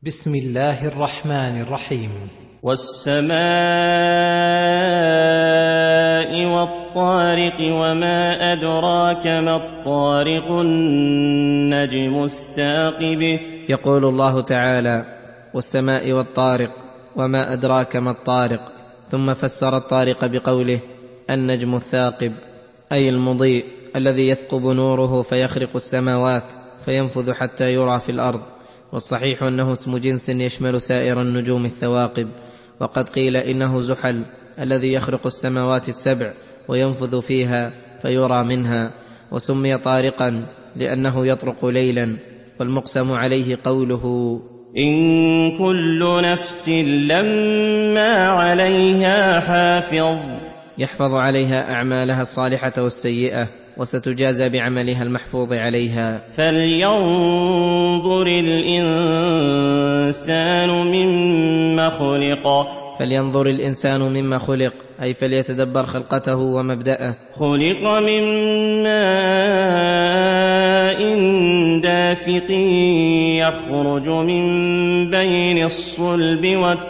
بسم الله الرحمن الرحيم. والسماء والطارق وما أدراك ما الطارق النجم الثاقب. يقول الله تعالى: والسماء والطارق وما أدراك ما الطارق، ثم فسر الطارق بقوله النجم الثاقب، أي المضيء الذي يثقب نوره فيخرق السماوات فينفذ حتى يرى في الأرض. والصحيح أنه اسم جنس يشمل سائر النجوم الثواقب، وقد قيل إنه زحل الذي يخرق السماوات السبع وينفذ فيها فيرى منها، وسمي طارقا لأنه يطرق ليلا. والمقسم عليه قوله: إن كل نفس لما عليها حافظ، يحفظ عليها أعمالها الصالحة والسيئة، وستجازى بعملها المحفوظ عليها. فلينظر الإنسان مما خلق. فلينظر الإنسان مما خلق، أي فليتدبر خلقته ومبدأه. خلق من ماء دافق يخرج من بين الصلب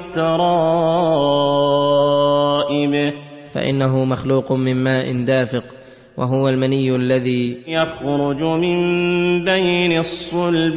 والترائب. فإنه مخلوق من ماء دافق، وهو المني الذي يخرج من بين الصلب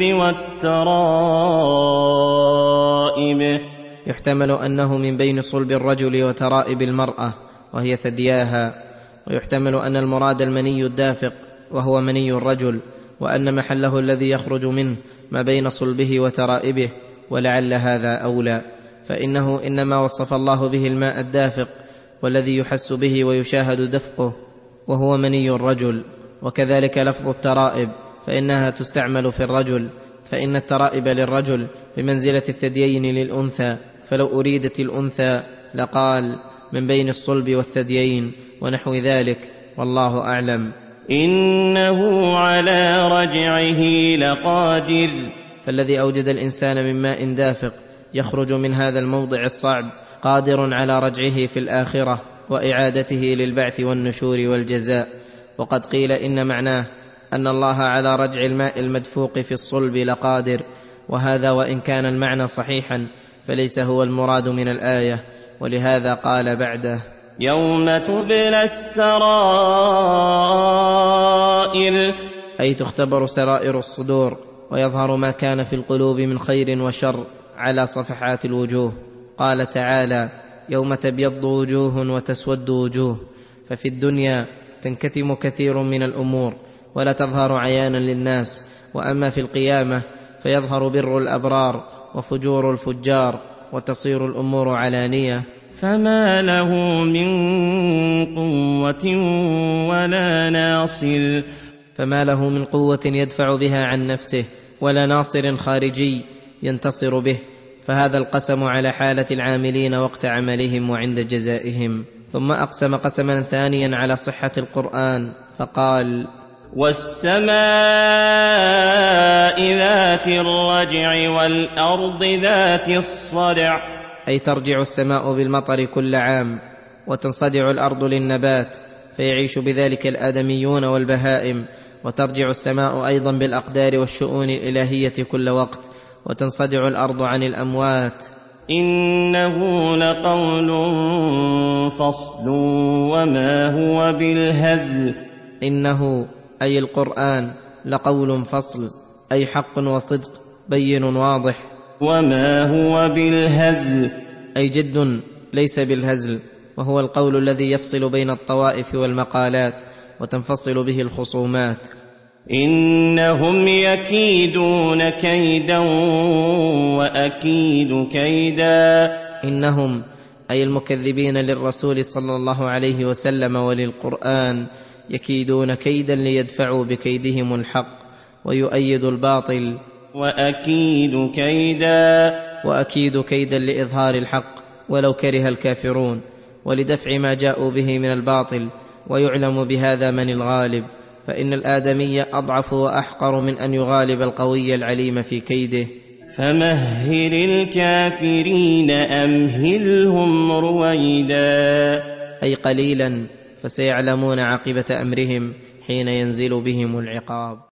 والترائب. يحتمل أنه من بين صلب الرجل وترائب المرأة وهي ثدياها، ويحتمل أن المراد المني الدافق وهو مني الرجل، وأن محله الذي يخرج منه ما بين صلبه وترائبه، ولعل هذا أولى، فإنه إنما وصف الله به الماء الدافق والذي يحس به ويشاهد دفقه، وهو مني الرجل. وكذلك لفظ الترائب، فإنها تستعمل في الرجل، فإن الترائب للرجل بمنزلة الثديين للأنثى، فلو أريدت الأنثى لقال من بين الصلب والثديين ونحو ذلك، والله أعلم. إنه على رجعه لقادر. فالذي أوجد الإنسان من ماء دافق يخرج من هذا الموضع الصعب قادر على رجعه في الآخرة وإعادته للبعث والنشور والجزاء. وقد قيل إن معناه أن الله على رجع الماء المدفوق في الصلب لقادر، وهذا وإن كان المعنى صحيحا فليس هو المراد من الآية، ولهذا قال بعده: يوم تبلى السرائر، أي تختبر سرائر الصدور ويظهر ما كان في القلوب من خير وشر على صفحات الوجوه. قال تعالى: يوم تبيض وجوه وتسود وجوه. ففي الدنيا تنكتم كثير من الأمور ولا تظهر عيانا للناس، وأما في القيامة فيظهر بر الأبرار وفجور الفجار، وتصير الأمور علانية. فما له من قوة ولا ناصر. فما له من قوة يدفع بها عن نفسه، ولا ناصر خارجي ينتصر به. فهذا القسم على حالة العاملين وقت عملهم وعند جزائهم. ثم أقسم قسما ثانيا على صحة القرآن فقال: والسماء ذات الرجع والأرض ذات الصدع. أي ترجع السماء بالمطر كل عام، وتنصدع الأرض للنبات فيعيش بذلك الآدميون والبهائم، وترجع السماء أيضا بالأقدار والشؤون الإلهية كل وقت، وتنصدع الأرض عن الأموات. إنه لقول فصل وما هو بالهزل. إنه أي القرآن لقول فصل، أي حق وصدق بين واضح. وما هو بالهزل، أي جد ليس بالهزل، وهو القول الذي يفصل بين الطوائف والمقالات وتنفصل به الخصومات. إنهم يكيدون كيدا وأكيد كيدا. إنهم أي المكذبين للرسول صلى الله عليه وسلم وللقرآن يكيدون كيدا ليدفعوا بكيدهم الحق ويؤيدوا الباطل. وأكيد كيدا. وأكيد كيدا لإظهار الحق ولو كره الكافرون، ولدفع ما جاءوا به من الباطل، ويعلم بهذا من الغالب، فإن الآدمي أضعف وأحقر من أن يغالب القوي العليم في كيده. فمهل الكافرين أمهلهم رويدا. أي قليلا، فسيعلمون عاقبة أمرهم حين ينزل بهم العقاب.